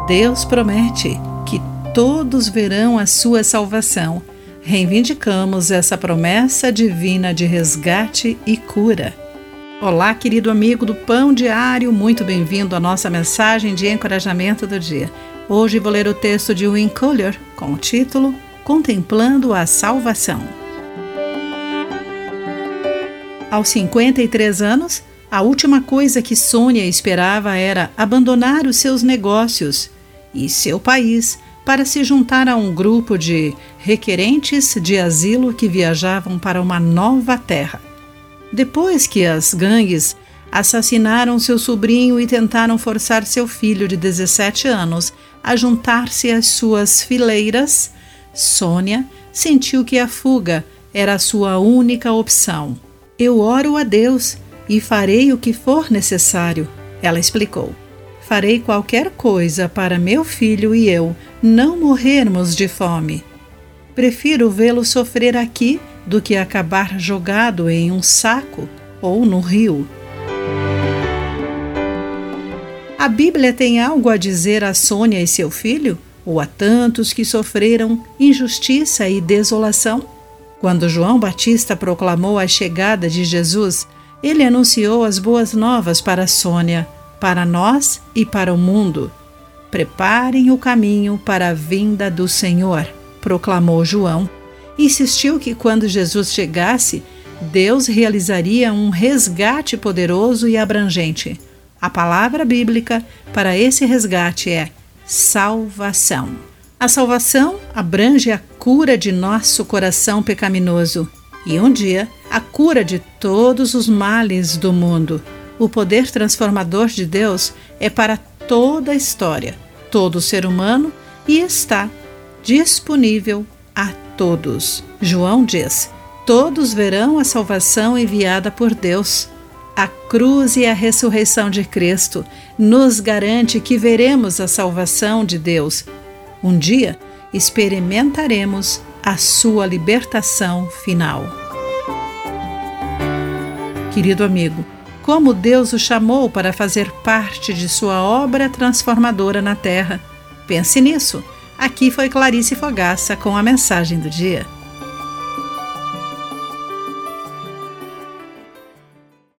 Deus promete que todos verão a sua salvação. Reivindicamos essa promessa divina de resgate e cura. Olá, querido amigo do Pão Diário, muito bem-vindo à nossa mensagem de encorajamento do dia. Hoje vou ler o texto de Win Collier com o título Contemplando a Salvação. Aos 53 anos, a última coisa que Sônia esperava era abandonar os seus negócios e seu país para se juntar a um grupo de requerentes de asilo que viajavam para uma nova terra. Depois que as gangues assassinaram seu sobrinho e tentaram forçar seu filho de 17 anos a juntar-se às suas fileiras, Sônia sentiu que a fuga era a sua única opção. Eu oro a Deus e farei o que for necessário, ela explicou. Farei qualquer coisa para meu filho e eu não morrermos de fome. Prefiro vê-lo sofrer aqui do que acabar jogado em um saco ou no rio. A Bíblia tem algo a dizer a Sônia e seu filho, ou a tantos que sofreram injustiça e desolação? Quando João Batista proclamou a chegada de Jesus, ele anunciou as boas novas para Sônia, para nós e para o mundo. Preparem o caminho para a vinda do Senhor, proclamou João. Insistiu que quando Jesus chegasse, Deus realizaria um resgate poderoso e abrangente. A palavra bíblica para esse resgate é salvação. A salvação abrange a cura de nosso coração pecaminoso e um dia a cura de todos os males do mundo. O poder transformador de Deus é para toda a história, todo ser humano e está disponível a todos. João diz: todos verão a salvação enviada por Deus. A cruz e a ressurreição de Cristo nos garante que veremos a salvação de Deus. Um dia experimentaremos a sua libertação final. Querido amigo, como Deus o chamou para fazer parte de sua obra transformadora na Terra? Pense nisso. Aqui foi Clarice Fogaça com a mensagem do dia.